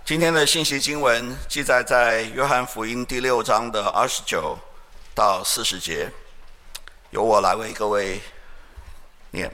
今天的信息经文记载在约翰福音第6章的29到40节，由我来为各位念。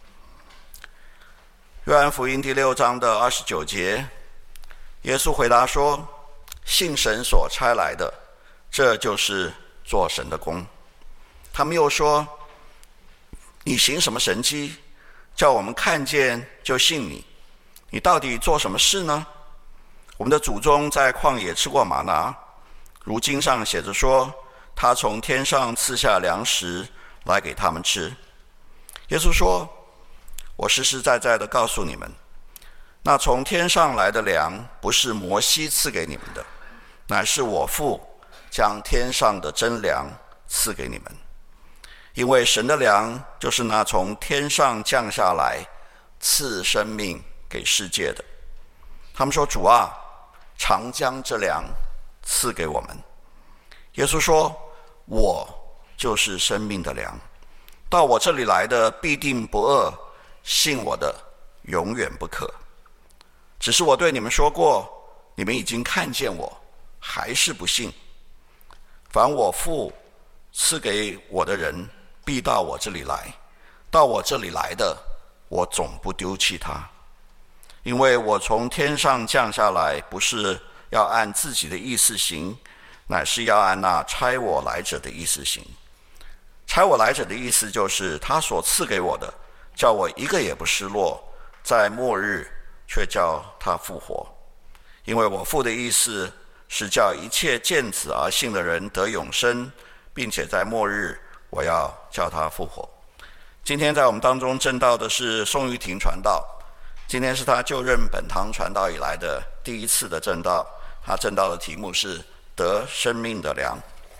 约翰福音第6章的29节，耶稣回答说：信神所差来的，这就是做神的工。他们又说：你行什么神迹，叫我们看见就信你？你到底做什么事呢？我们的祖宗在旷野吃过玛拿，如经上写着说，他从天上赐下粮食来给他们吃。耶稣说：我实实在在的告诉你们，那从天上来的粮不是摩西赐给你们的，乃是我父将天上的真粮赐给你们。因为神的粮就是那从天上降下来赐生命给世界的。他们说：主啊，常将这粮赐给我们。耶稣说：我就是生命的粮，到我这里来的必定不饿，信我的永远不渴。只是我对你们说过，你们已经看见我，还是不信。凡我父赐给我的人，必到我这里来，到我这里来的，我总不丢弃他。因为我从天上降下来，不是要按自己的意思行，乃是要按那差我来者的意思行。差我来者的意思就是他所赐给我的，叫我一个也不失落，在末日却叫他复活。因为我父的意思是叫一切见子而信的人得永生，并且在末日我要叫他复活。今天在我们当中证道的是宋玉婷传道，今天是他就任本堂传道以来的第一次的证道。他证道的题目是得生命的粮。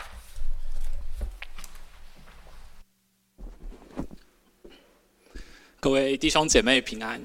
各位弟兄姐妹平安。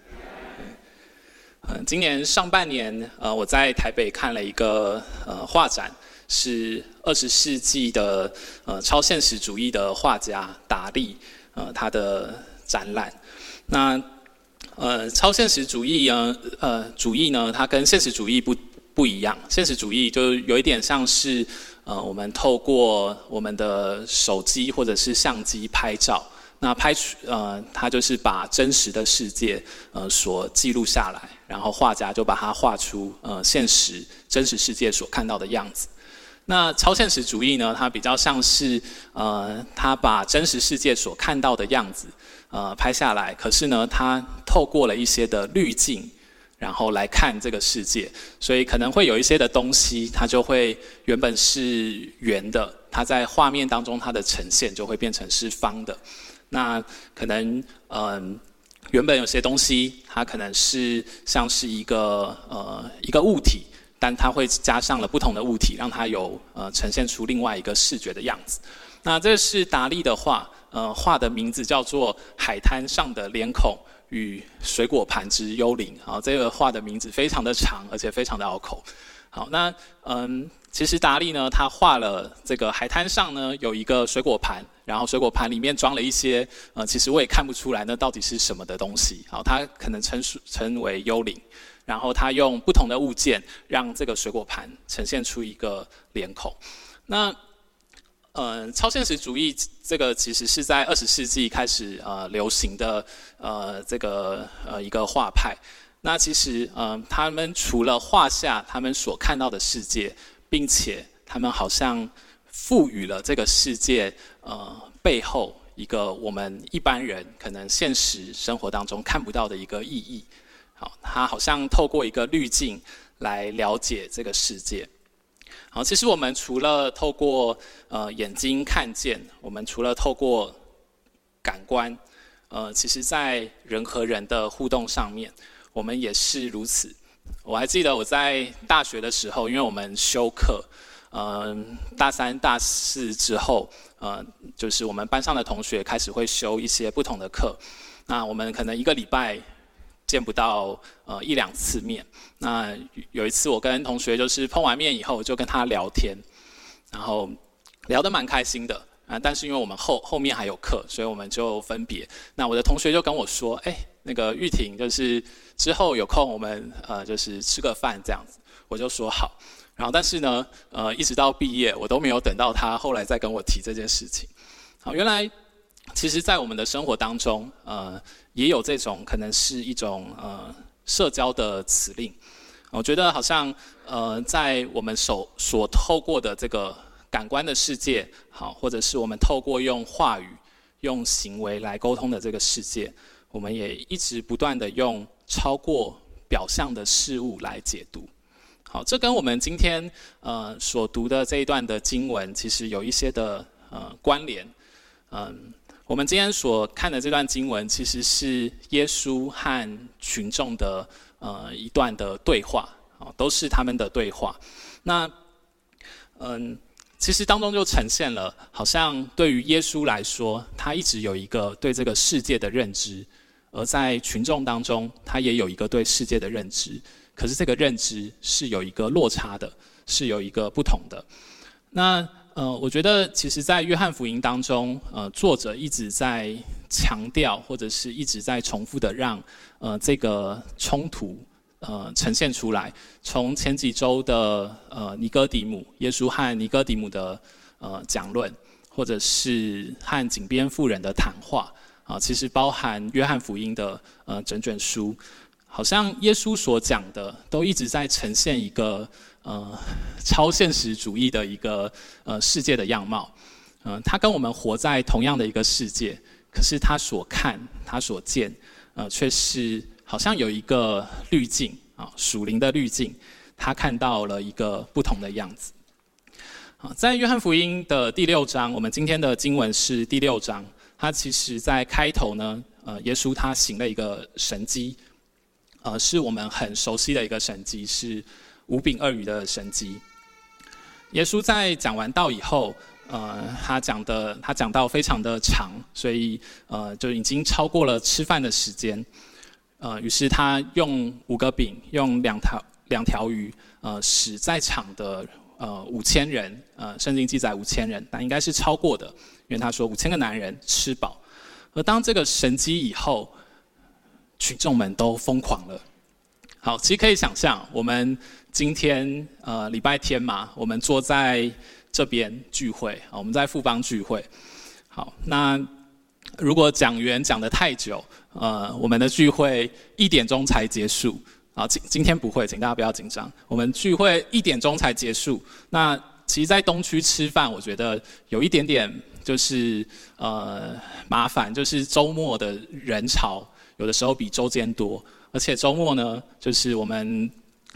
今年上半年，我在台北看了一个画展，是20世纪的超现实主义的画家达利他的展览。那超现实主义呢，它跟现实主义不一样。现实主义就有一点像是我们透过我们的手机或者是相机拍照，那它就是把真实的世界所记录下来，然后画家就把它画出真实世界所看到的样子。那超现实主义呢，它比较像是它把真实世界所看到的样子拍下来，可是呢，它透过了一些的滤镜，然后来看这个世界，所以可能会有一些的东西，它就会原本是圆的，它在画面当中它的呈现就会变成是方的。那可能原本有些东西，它可能是像是一个物体，但它会加上了不同的物体，让它有呈现出另外一个视觉的样子。那这是达利的画，画的名字叫做《海滩上的脸孔与水果盘之幽灵》。好，这个画的名字非常的长，而且非常的拗口。好，那其实达利呢，他画了这个海滩上呢有一个水果盘，然后水果盘里面装了一些其实我也看不出来那到底是什么的东西。好，它可能称为幽灵。然后他用不同的物件让这个水果盘呈现出一个脸孔。那超现实主义这个其实是在20世纪开始流行的这个一个画派。那其实他们除了画下他们所看到的世界，并且他们好像赋予了这个世界背后一个我们一般人可能现实生活当中看不到的一个意义。好，他好像透过一个滤镜来了解这个世界。好，其实我们除了透过眼睛看见，我们除了透过感官，其实在人和人的互动上面，我们也是如此。我还记得我在大学的时候，因为我们修课，大3、大4之后，就是我们班上的同学开始会修一些不同的课。那我们可能1个礼拜见不到1、2次面。那有一次我跟同学就是碰完面以后，就跟他聊天，然后聊得蛮开心的。但是因为我们后面还有课，所以我们就分别。那我的同学就跟我说： 那个玉婷就是之后有空我们就是吃个饭这样子，我就说好。然后但是呢一直到毕业我都没有等到他后来再跟我提这件事情。好，原来其实在我们的生活当中也有这种可能是一种社交的辞令。我觉得好像在我们所透过的这个感官的世界，好，或者是我们透过用话语、用行为来沟通的这个世界，我们也一直不断的用超过表象的事物来解读。好，这跟我们今天所读的这一段的经文其实有一些的关联。我们今天所看的这段经文，其实是耶稣和群众的一段的对话，都是他们的对话。那其实当中就呈现了，好像对于耶稣来说，他一直有一个对这个世界的认知，而在群众当中，他也有一个对世界的认知。可是这个认知是有一个落差的，是有一个不同的。那我觉得其实在约翰福音当中，作者一直在强调，或者是一直在重复的让这个冲突呈现出来。从前几周的尼哥底母，耶稣和尼哥底母的讲论，或者是和井边妇人的谈话，其实包含约翰福音的整卷书，好像耶稣所讲的都一直在呈现一个超现实主义的一个世界的样貌。他跟我们活在同样的一个世界，可是他所看、他所见，却是好像有一个滤镜啊，属灵的滤镜，他看到了一个不同的样子。在约翰福音的第6章，我们今天的经文是第6章，他其实在开头呢，耶稣他行了一个神迹，是我们很熟悉的一个神迹，是5饼2鱼的神迹。耶稣在讲完道以后，他讲到非常的长，所以就已经超过了吃饭的时间。于是他用5个饼，用2条鱼，使在场的5000人，圣经记载5000人，但应该是超过的，因为他说5000个男人吃饱。而当这个神迹以后，群众们都疯狂了。好，其实可以想象，我们今天礼拜天嘛，我们坐在这边聚会，我们在富邦聚会。好，那如果讲员讲得太久，我们的聚会1点钟才结束。好，今天不会，请大家不要紧张。我们聚会1点钟才结束。那其实，在东区吃饭，我觉得有一点点就是麻烦，就是周末的人潮有的时候比周间多。而且周末呢，就是我们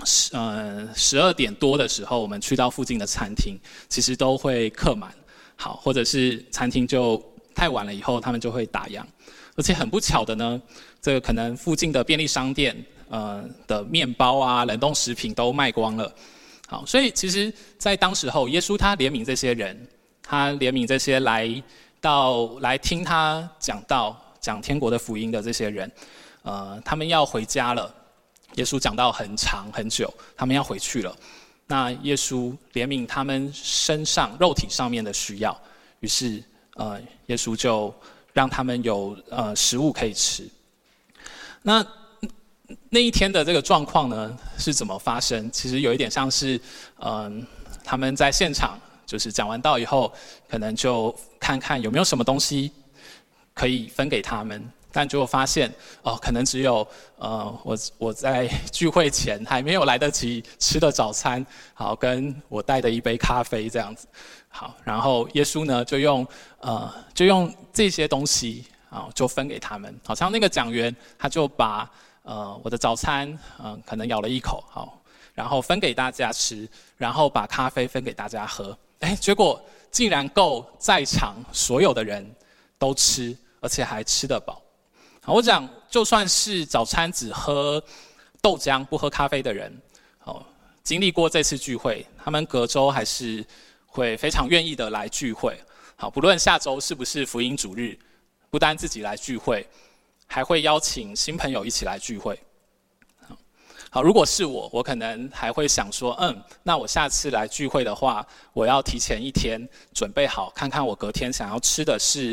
12点多的时候，我们去到附近的餐厅，其实都会客满。好，或者是餐厅就太晚了以后，他们就会打烊。而且很不巧的呢，这个可能附近的便利商店的面包啊、冷冻食品都卖光了。好，所以其实在当时候，耶稣他怜悯这些人，他怜悯这些来听他讲天国的福音的这些人。他们要回家了，耶稣讲到很长很久，他们要回去了。那耶稣怜悯他们身上肉体上面的需要，于是耶稣就让他们有食物可以吃。那一天的这个状况呢是怎么发生？其实有一点像是他们在现场就是讲完道以后，可能就看看有没有什么东西可以分给他们。但结果发现，可能只有我在聚会前还没有来得及吃的早餐，好，跟我带的一杯咖啡这样子，好，然后耶稣呢就用这些东西，就分给他们，好像那个讲员他就把我的早餐可能咬了一口，好，然后分给大家吃，然后把咖啡分给大家喝，结果竟然够在场所有的人都吃，而且还吃得饱。好，我讲就算是早餐只喝豆浆不喝咖啡的人，经历过这次聚会，他们隔周还是会非常愿意的来聚会。好，不论下周是不是福音主日，不单自己来聚会，还会邀请新朋友一起来聚会。好，如果是我可能还会想说，那我下次来聚会的话，我要提前1天准备好，看看我隔天想要吃的是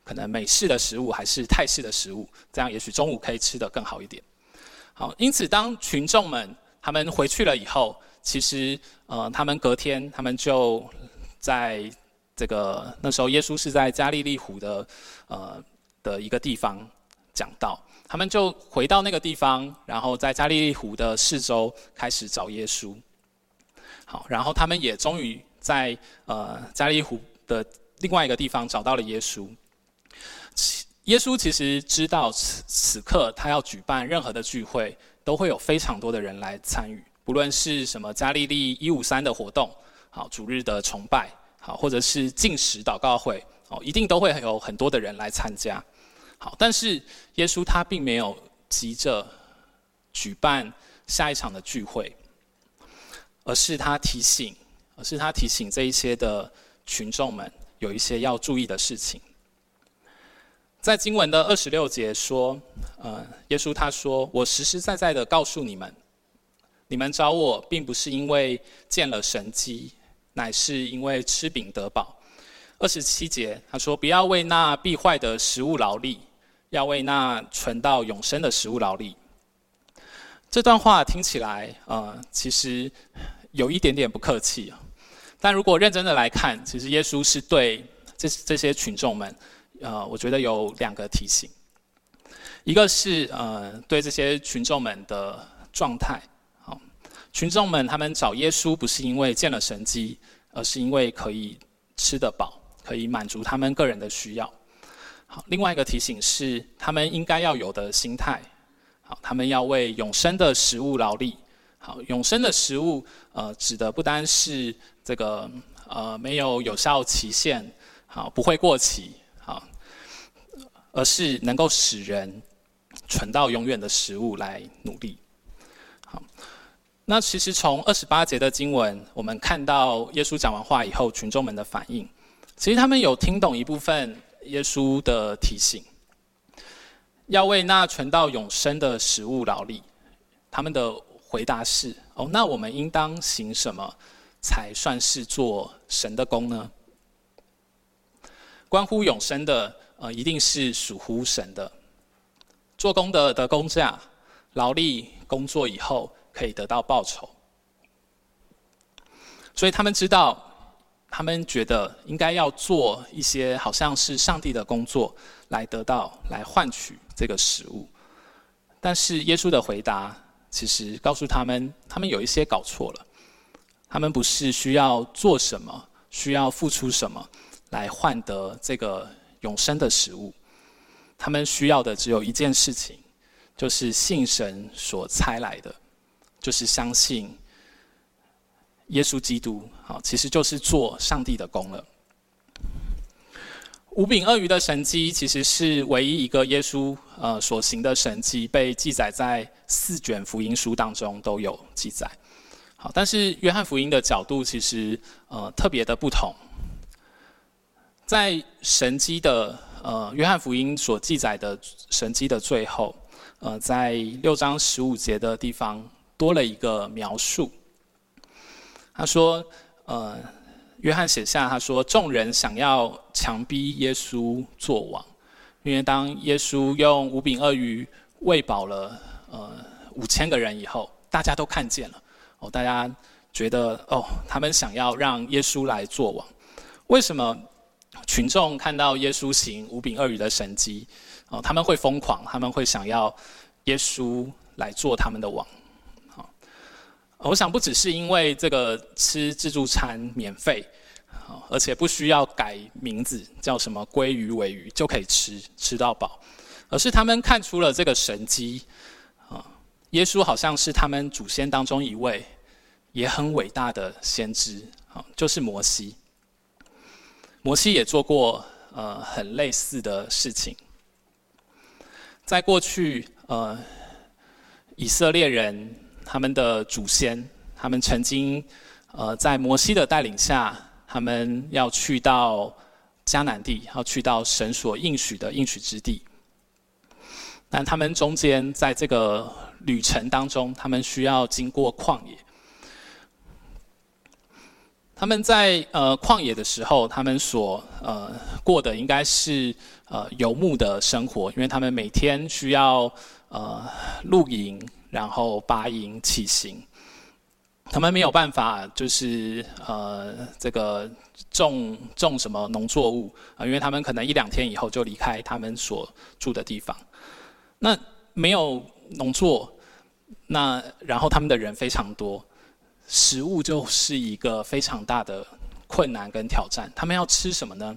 可能美式的食物还是泰式的食物，这样也许中午可以吃得更好一点。好，因此当群众们他们回去了以后，其实他们隔天他们就在这个那时候耶稣是在加利利湖的一个地方讲道，他们就回到那个地方，然后在加利利湖的四周开始找耶稣。好，然后他们也终于在加利利湖的另外一个地方找到了耶稣。耶稣其实知道此刻他要举办任何的聚会，都会有非常多的人来参与，不论是什么加利利153的活动，好，主日的崇拜，好，或者是禁食祷告会，一定都会有很多的人来参加。好，但是耶稣他并没有急着举办下一场的聚会，而是他提醒这一些的群众们有一些要注意的事情。在经文的26节说，耶稣他说：“我实实在在的告诉你们，你们找我，并不是因为见了神迹，乃是因为吃饼得饱。”27节他说：“不要为那必坏的食物劳力，要为那存到永生的食物劳力。”这段话听起来，其实有一点点不客气，但如果认真的来看，其实耶稣是对这些群众们，我觉得有2个提醒。一个是对这些群众们的状态，群众们他们找耶稣不是因为见了神迹，而是因为可以吃得饱，可以满足他们个人的需要。好，另外一个提醒是他们应该要有的心态，好，他们要为永生的食物劳力。好，永生的食物指的不单是这个没有有效期限，好，不会过期，好，而是能够使人存到永远的食物来努力。好，那其实从28节的经文，我们看到耶稣讲完话以后，群众们的反应，其实他们有听懂一部分耶稣的提醒，要为那存到永生的食物劳力。他们的回答是：那我们应当行什么才算是做神的工呢？关乎永生的，一定是属乎神的。做工的工价，劳力工作以后可以得到报酬。所以他们知道，他们觉得应该要做一些好像是上帝的工作，来换取这个食物。但是耶稣的回答其实告诉他们，他们有一些搞错了。他们不是需要做什么，需要付出什么来换得这个永生的食物。他们需要的只有一件事情，就是信神所差来的，就是相信耶稣基督，其实就是做上帝的工了。5饼2鱼的神迹其实是唯一一个耶稣所行的神迹，被记载在4卷福音书当中都有记载。好，但是约翰福音的角度其实特别的不同。在神迹的约翰福音所记载的神迹的最后，在6章15节的地方多了一个描述。他说，约翰写下，他说，众人想要强逼耶稣做王，因为当耶稣用5饼2鱼喂饱了5000个人以后，大家都看见了，大家觉得他们想要让耶稣来做王。为什么群众看到耶稣行5饼2鱼的神迹，他们会疯狂，他们会想要耶稣来做他们的王？我想不只是因为这个吃自助餐免费，而且不需要改名字叫什么鲑鱼尾鱼就可以吃到饱，而是他们看出了这个神迹，耶稣好像是他们祖先当中一位也很伟大的先知，就是摩西。摩西也做过很类似的事情。在过去以色列人他们的祖先，他们曾经在摩西的带领下，他们要去到迦南地，要去到神所应许的应许之地。但他们中间在这个旅程当中，他们需要经过旷野。 他们在旷野的时候，他们所过的应该是游牧的生活，因为他们每天需要露营，然后拔营起行。他们没有办法，就是这个种什么农作物因为他们可能1-2天以后就离开他们所住的地方。那没有农作，那然后他们的人非常多，食物就是一个非常大的困难跟挑战。他们要吃什么呢？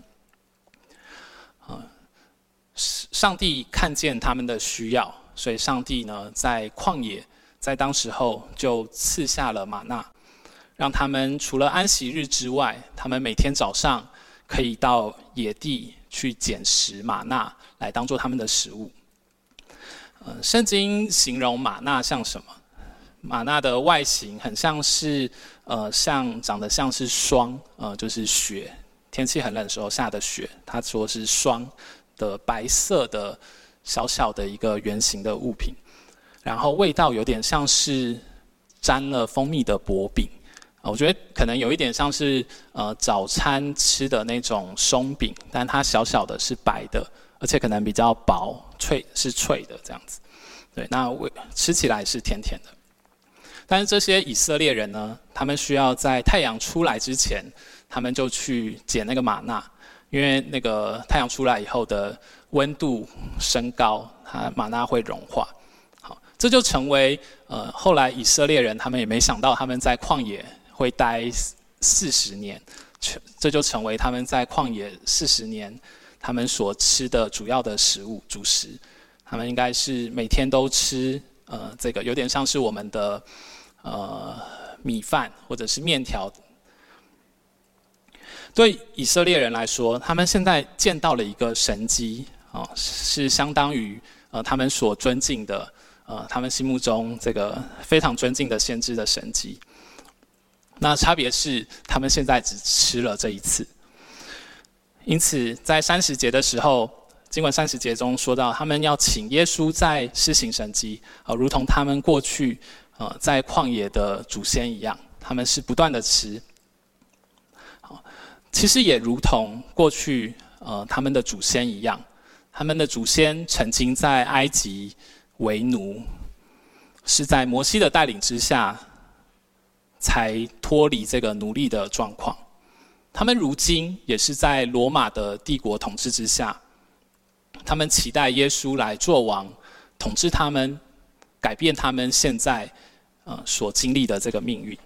上帝看见他们的需要，所以上帝呢在旷野。在当时候就赐下了玛纳，让他们除了安息日之外，他们每天早上可以到野地去捡拾玛纳，来当作他们的食物。圣经形容玛纳像什么？玛纳的外形很像是长得像是霜，就是雪，天气很冷的时候下的雪。他说是霜的白色的小小的一个圆形的物品。然后味道有点像是沾了蜂蜜的薄饼，我觉得可能有一点像是早餐吃的那种松饼，但它小小的是白的，而且可能比较薄，脆的这样子。对，那吃起来是甜甜的。但是这些以色列人呢，他们需要在太阳出来之前，他们就去捡那个玛纳，因为那个太阳出来以后的温度升高，玛纳会融化。这就成为后来以色列人他们也没想到他们在旷野会待40年，这就成为他们在旷野40年他们所吃的主要的食物主食。他们应该是每天都吃这个有点像是我们的米饭或者是面条。对以色列人来说，他们现在见到了一个神迹是相当于他们所尊敬的。他们心目中这个非常尊敬的先知的神迹，那差别是他们现在只吃了这一次。因此，在30节的时候，经文30节中说到，他们要请耶稣再施行神迹，如同他们过去在旷野的祖先一样，他们是不断的吃。其实也如同过去他们的祖先一样，他们的祖先曾经在埃及为奴，是在摩西的带领之下才脱离这个奴隶的状况。他们如今也是在罗马的帝国统治之下，他们期待耶稣来做王，统治他们，改变他们现在所经历的这个命运。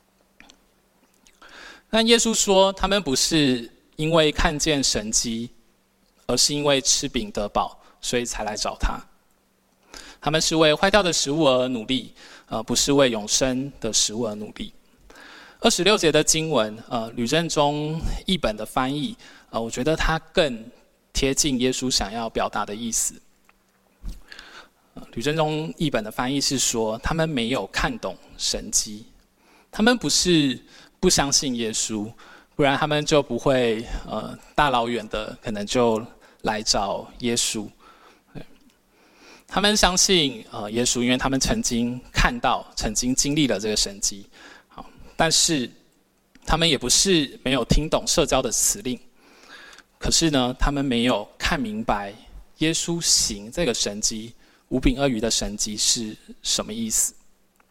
但耶稣说，他们不是因为看见神迹，而是因为吃饼得饱，所以才来找他。他们是为坏掉的食物而努力，不是为永生的食物而努力。26节的经文，吕正中译本的翻译，我觉得它更贴近耶稣想要表达的意思。吕正中译本的翻译是说，他们没有看懂神迹，他们不是不相信耶稣，不然他们就不会大老远的可能就来找耶稣。他们相信耶稣，因为他们曾经看到、曾经经历了这个神迹。但是他们也不是没有听懂社交的辞令，可是呢，他们没有看明白耶稣行这个神迹5饼2鱼的神迹是什么意思，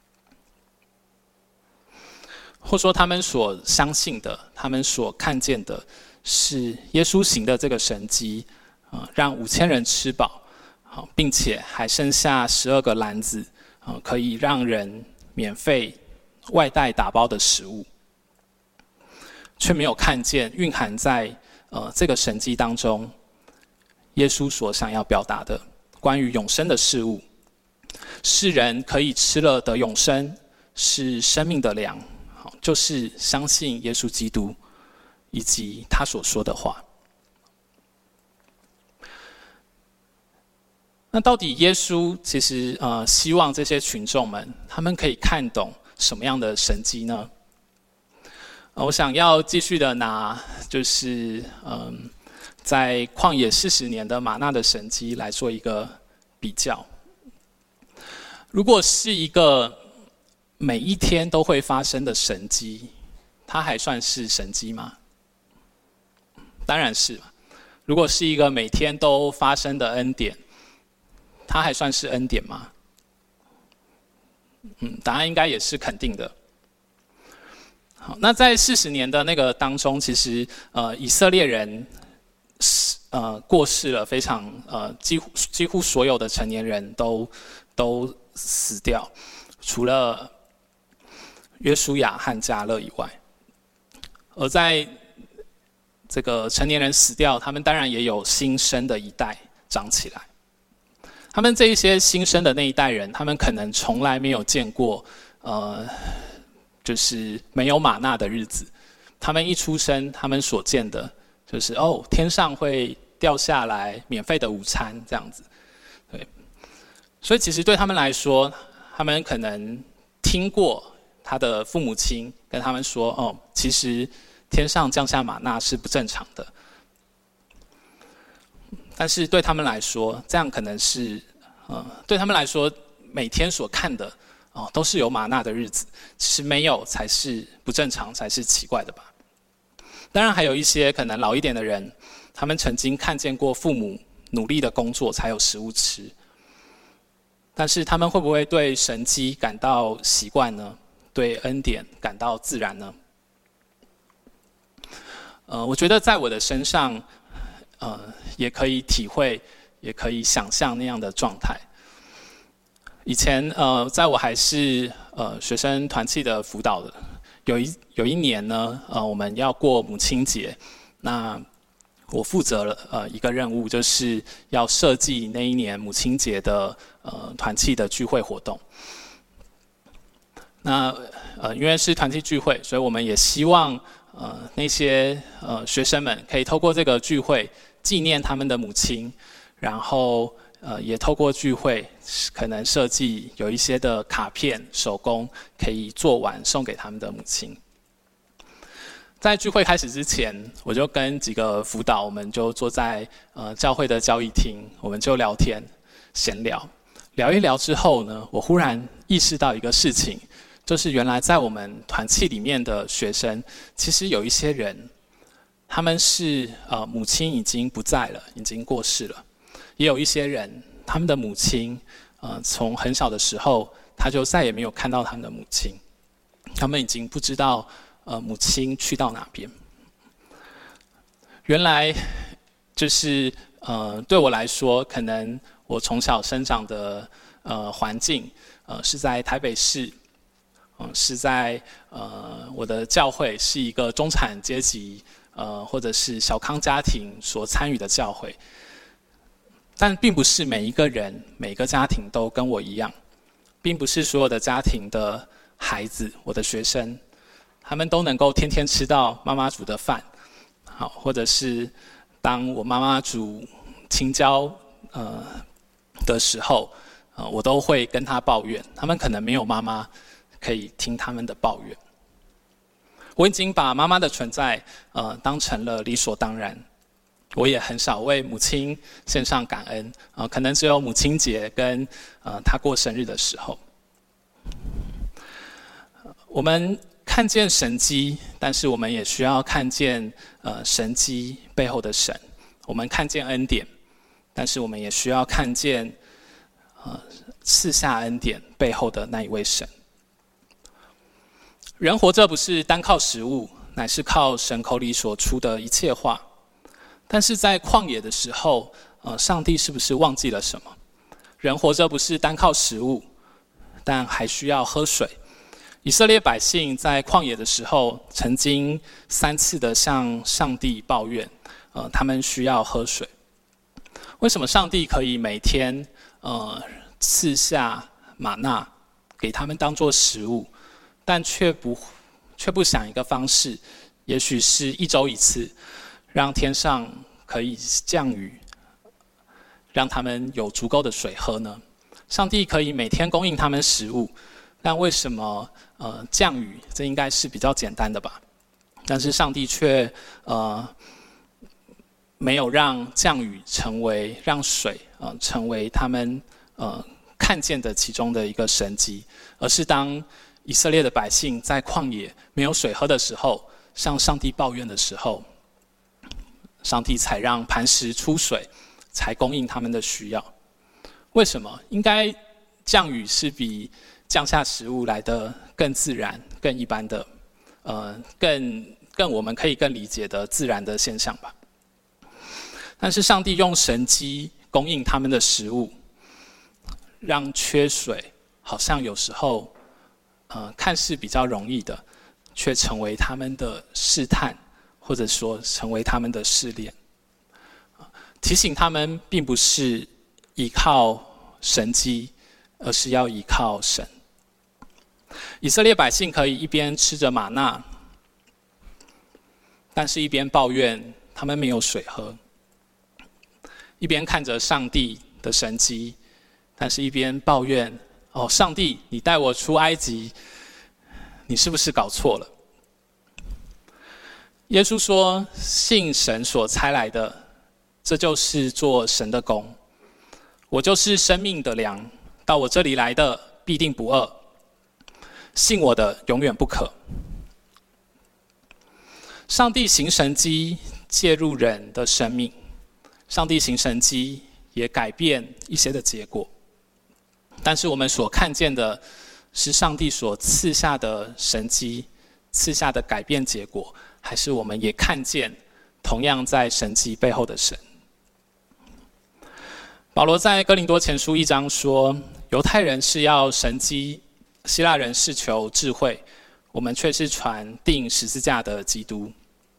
或说他们所相信的、他们所看见的是耶稣行的这个神迹，让5000人吃饱。并且还剩下12个篮子，可以让人免费外带打包的食物，却没有看见蕴含在这个神迹当中，耶稣所想要表达的关于永生的事物。世人可以吃了得永生，是生命的粮，就是相信耶稣基督以及他所说的话。那到底耶稣其实希望这些群众们他们可以看懂什么样的神迹呢？我想要继续的拿就是在旷野40年的玛纳的神迹来做一个比较。如果是一个每一天都会发生的神迹， 它还算是神迹吗？当然是嘛。如果是一个每天都发生的恩典，它还算是恩典吗？答案应该也是肯定的。好，那在40年的那个当中，其实以色列人过世了，非常几乎所有的成年人都死掉，除了约书亚和迦勒以外。而在这个成年人死掉，他们当然也有新生的一代长起来。他们这一些新生的那一代人，他们可能从来没有见过就是没有玛纳的日子。他们一出生，他们所见的就是天上会掉下来免费的午餐这样子。对，所以其实对他们来说，他们可能听过他的父母亲跟他们说，其实天上降下玛纳是不正常的。但是对他们来说，这样可能是对他们来说，每天所看的都是有玛纳的日子，其实没有才是不正常，才是奇怪的吧。当然还有一些可能老一点的人，他们曾经看见过父母努力的工作才有食物吃，但是他们会不会对神迹感到习惯呢？对恩典感到自然呢？我觉得在我的身上也可以体会，也可以想象那样的状态。以前在我还是学生团契的辅导的，有一年呢，我们要过母亲节，那我负责了一个任务，就是要设计那一年母亲节的团契的聚会活动。那因为是团契聚会，所以我们也希望那些学生们可以透过这个聚会纪念他们的母亲，然后也透过聚会可能设计有一些的卡片手工可以做完送给他们的母亲。在聚会开始之前，我就跟几个辅导，我们就坐在教会的交谊厅，我们就聊天闲聊，聊一聊之后呢，我忽然意识到一个事情，就是原来在我们团契里面的学生，其实有一些人，他们是母亲已经不在了，已经过世了。也有一些人，他们的母亲从很小的时候，他就再也没有看到他们的母亲，他们已经不知道母亲去到哪边。原来就是对我来说，可能我从小生长的环境是在台北市。是在我的教会是一个中产阶级或者是小康家庭所参与的教会，但并不是每一个人每个家庭都跟我一样，并不是所有的家庭的孩子，我的学生，他们都能够天天吃到妈妈煮的饭，好，或者是当我妈妈煮青椒的时候，我都会跟她抱怨，他们可能没有妈妈可以听他们的抱怨。我已经把妈妈的存在当成了理所当然，我也很少为母亲献上感恩，可能只有母亲节跟她过生日的时候。我们看见神迹，但是我们也需要看见神迹背后的神。我们看见恩典，但是我们也需要看见赐下恩典背后的那一位神。人活着不是单靠食物，乃是靠神口里所出的一切话。但是在旷野的时候，上帝是不是忘记了什么？人活着不是单靠食物，但还需要喝水。以色列百姓在旷野的时候，曾经3次的向上帝抱怨，他们需要喝水。为什么上帝可以每天赐下玛纳给他们当作食物？但却不想一个方式，也许是1周1次，让天上可以降雨，让他们有足够的水喝呢？上帝可以每天供应他们食物，但为什么降雨？这应该是比较简单的吧？但是上帝却没有让降雨让水成为他们看见的其中的一个神迹，而是当以色列的百姓在旷野没有水喝的时候，向上帝抱怨的时候，上帝才让磐石出水，才供应他们的需要。为什么？应该降雨是比降下食物来的更自然、更一般的，更我们可以更理解的自然的现象吧。但是上帝用神迹供应他们的食物，让缺水好像有时候看似比较容易的，却成为他们的试探，或者说成为他们的试炼。提醒他们并不是依靠神迹，而是要依靠神。以色列百姓可以一边吃着玛纳，但是一边抱怨他们没有水喝；一边看着上帝的神迹，但是一边抱怨：哦，上帝，你带我出埃及，你是不是搞错了？耶稣说：信神所差来的，这就是做神的工。我就是生命的粮，到我这里来的必定不饿，信我的永远不渴。上帝行神迹介入人的生命，上帝行神迹也改变一些的结果。但是我们所看见的是上帝所赐下的神迹，赐下的改变结果，还是我们也看见同样在神迹背后的神？保罗在哥林多前书1章说，犹太人是要神迹，希腊人是求智慧，我们却是传钉十字架的基督。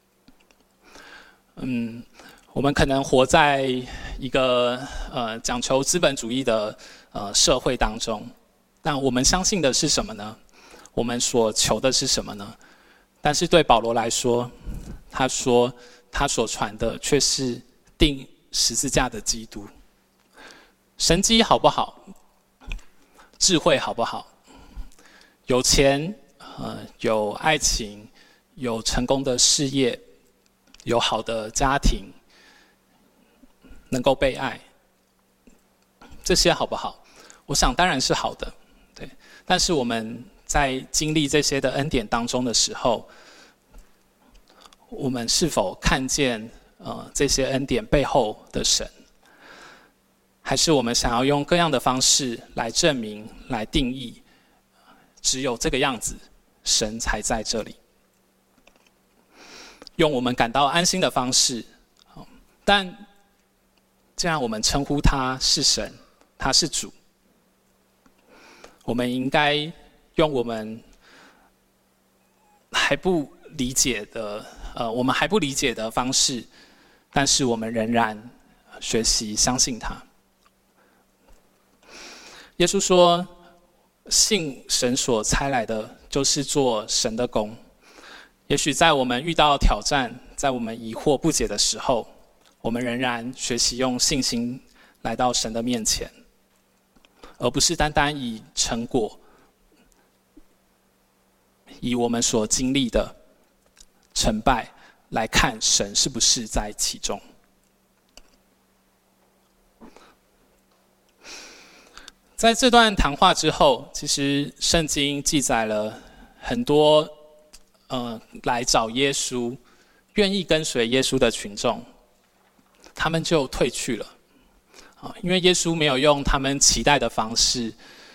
我们可能活在一个讲求资本主义的社会当中，但我们相信的是什么呢？我们所求的是什么呢？但是对保罗来说，他说他所传的却是钉十字架的基督。神迹好不好？智慧好不好？有钱，有爱情，有成功的事业，有好的家庭，能够被爱，这些好不好？我想当然是好的，对。但是我们在经历这些的恩典当中的时候，我们是否看见这些恩典背后的神？还是我们想要用各样的方式来证明、来定义，只有这个样子，神才在这里。用我们感到安心的方式，但既然我们称呼他是神，他是主，我们应该用我们还不理解的方式，但是我们仍然学习相信他。耶稣说，信神所差来的，就是做神的工。也许在我们遇到挑战，在我们疑惑不解的时候，我们仍然学习用信心来到神的面前，而不是单单以成果，以我们所经历的成败来看神是不是在其中。在这段谈话之后，其实圣经记载了很多来找耶稣、愿意跟随耶稣的群众，他们就退去了，因为耶稣没有用他们期待的方式，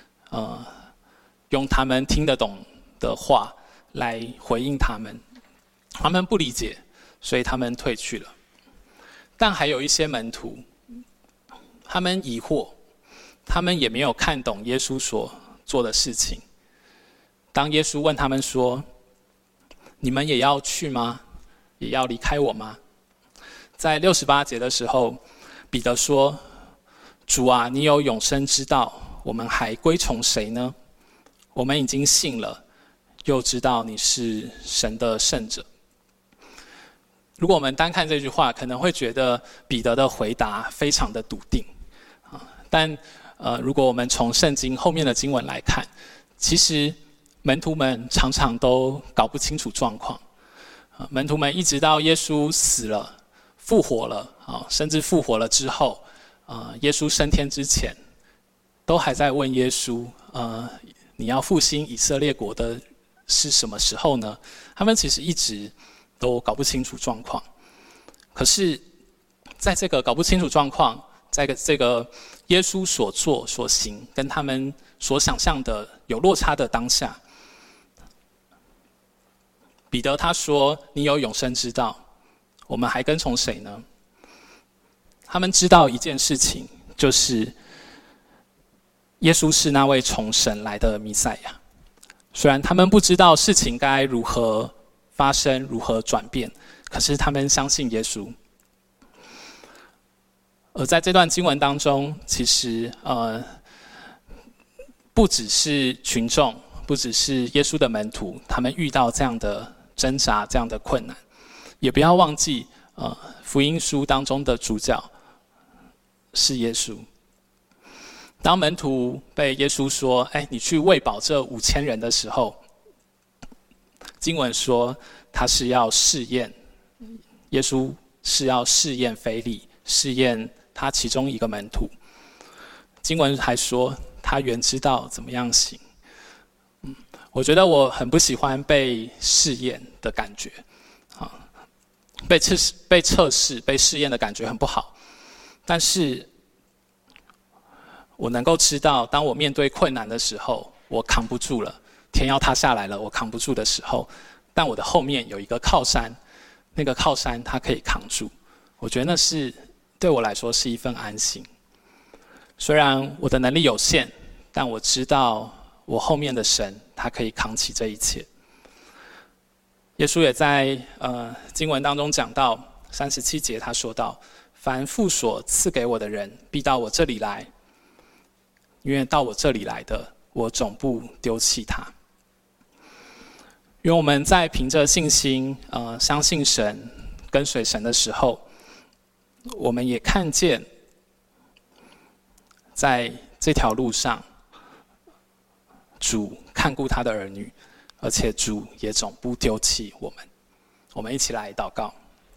用他们听得懂的话来回应他们，他们不理解，所以他们退去了。但还有一些门徒，他们疑惑。他们也没有看懂耶稣所做的事情。当耶稣问他们说：“你们也要去吗？也要离开我吗？”在68节的时候，彼得说：“主啊，你有永生之道，我们还归从谁呢？我们已经信了，又知道你是神的圣者。”如果我们单看这句话，可能会觉得彼得的回答非常的笃定，但如果我们从圣经后面的经文来看，其实门徒们常常都搞不清楚状况。门徒们一直到耶稣死了、复活了，甚至复活了之后，耶稣升天之前，都还在问耶稣： 你要复兴以色列国的是什么时候呢？他们其实一直都搞不清楚状况。可是，在这个搞不清楚状况，在这个耶稣所做所行跟他们所想象的有落差的当下，彼得他说：“你有永生之道，我们还跟从谁呢？”他们知道一件事情，就是耶稣是那位从神来的弥赛亚。虽然他们不知道事情该如何发生、如何转变，可是他们相信耶稣。而在这段经文当中，其实不只是群众，不只是耶稣的门徒，他们遇到这样的挣扎、这样的困难，也不要忘记，福音书当中的主角是耶稣。当门徒被耶稣说：“你去喂饱这5000人的时候”，经文说他是要试验，耶稣是要试验腓利，试验他其中一个门徒。经文还说他原知道怎么样行。我觉得我很不喜欢被试验的感觉，被测试、被试验的感觉很不好。但是我能够知道，当我面对困难的时候，我扛不住了，天要塌下来了，我扛不住的时候，但我的后面有一个靠山，那个靠山它可以扛住。我觉得那是对我来说是一份安心。虽然我的能力有限，但我知道我后面的神，他可以扛起这一切。耶稣也在经文当中讲到37节，他说到：“凡父所赐给我的人，必到我这里来。因为到我这里来的，我总不丢弃他。”因为我们在凭着信心，相信神、跟随神的时候，我们也看见，在这条路上，主看顾他的儿女，而且主也总不丢弃我们。我们一起来祷告。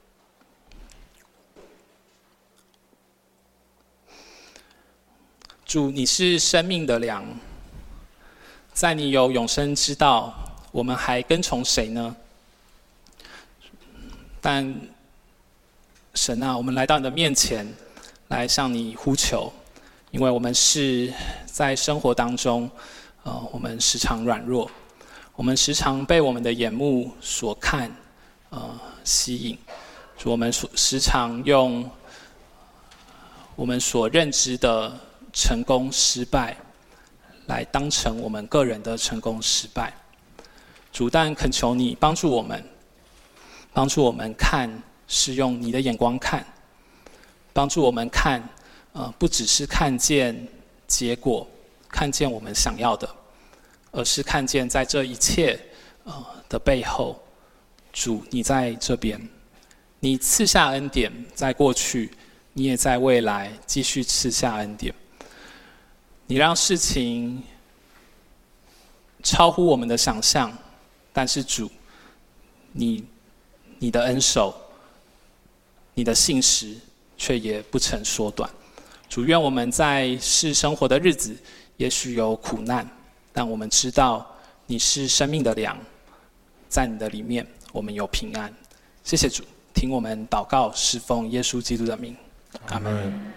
主，你是生命的粮，在你有永生之道，我们还跟从谁呢？但神啊，我们来到你的面前，来向你呼求，因为我们是在生活当中，我们时常软弱，我们时常被我们的眼目所看，吸引。主，我们时常用我们所认知的成功失败来当成我们个人的成功失败。主，但恳求你帮助我们看是用你的眼光看，帮助我们看，不只是看见结果，看见我们想要的，而是看见在这一切的背后，主你在这边，你赐下恩典，在过去，你也在未来继续赐下恩典。你让事情超乎我们的想象，但是主，你的恩手，你的信实却也不曾缩短。主，愿我们在世生活的日子，也许有苦难，但我们知道你是生命的粮，在你的里面我们有平安。谢谢主，听我们祷告，侍奉耶稣基督的名，阿们。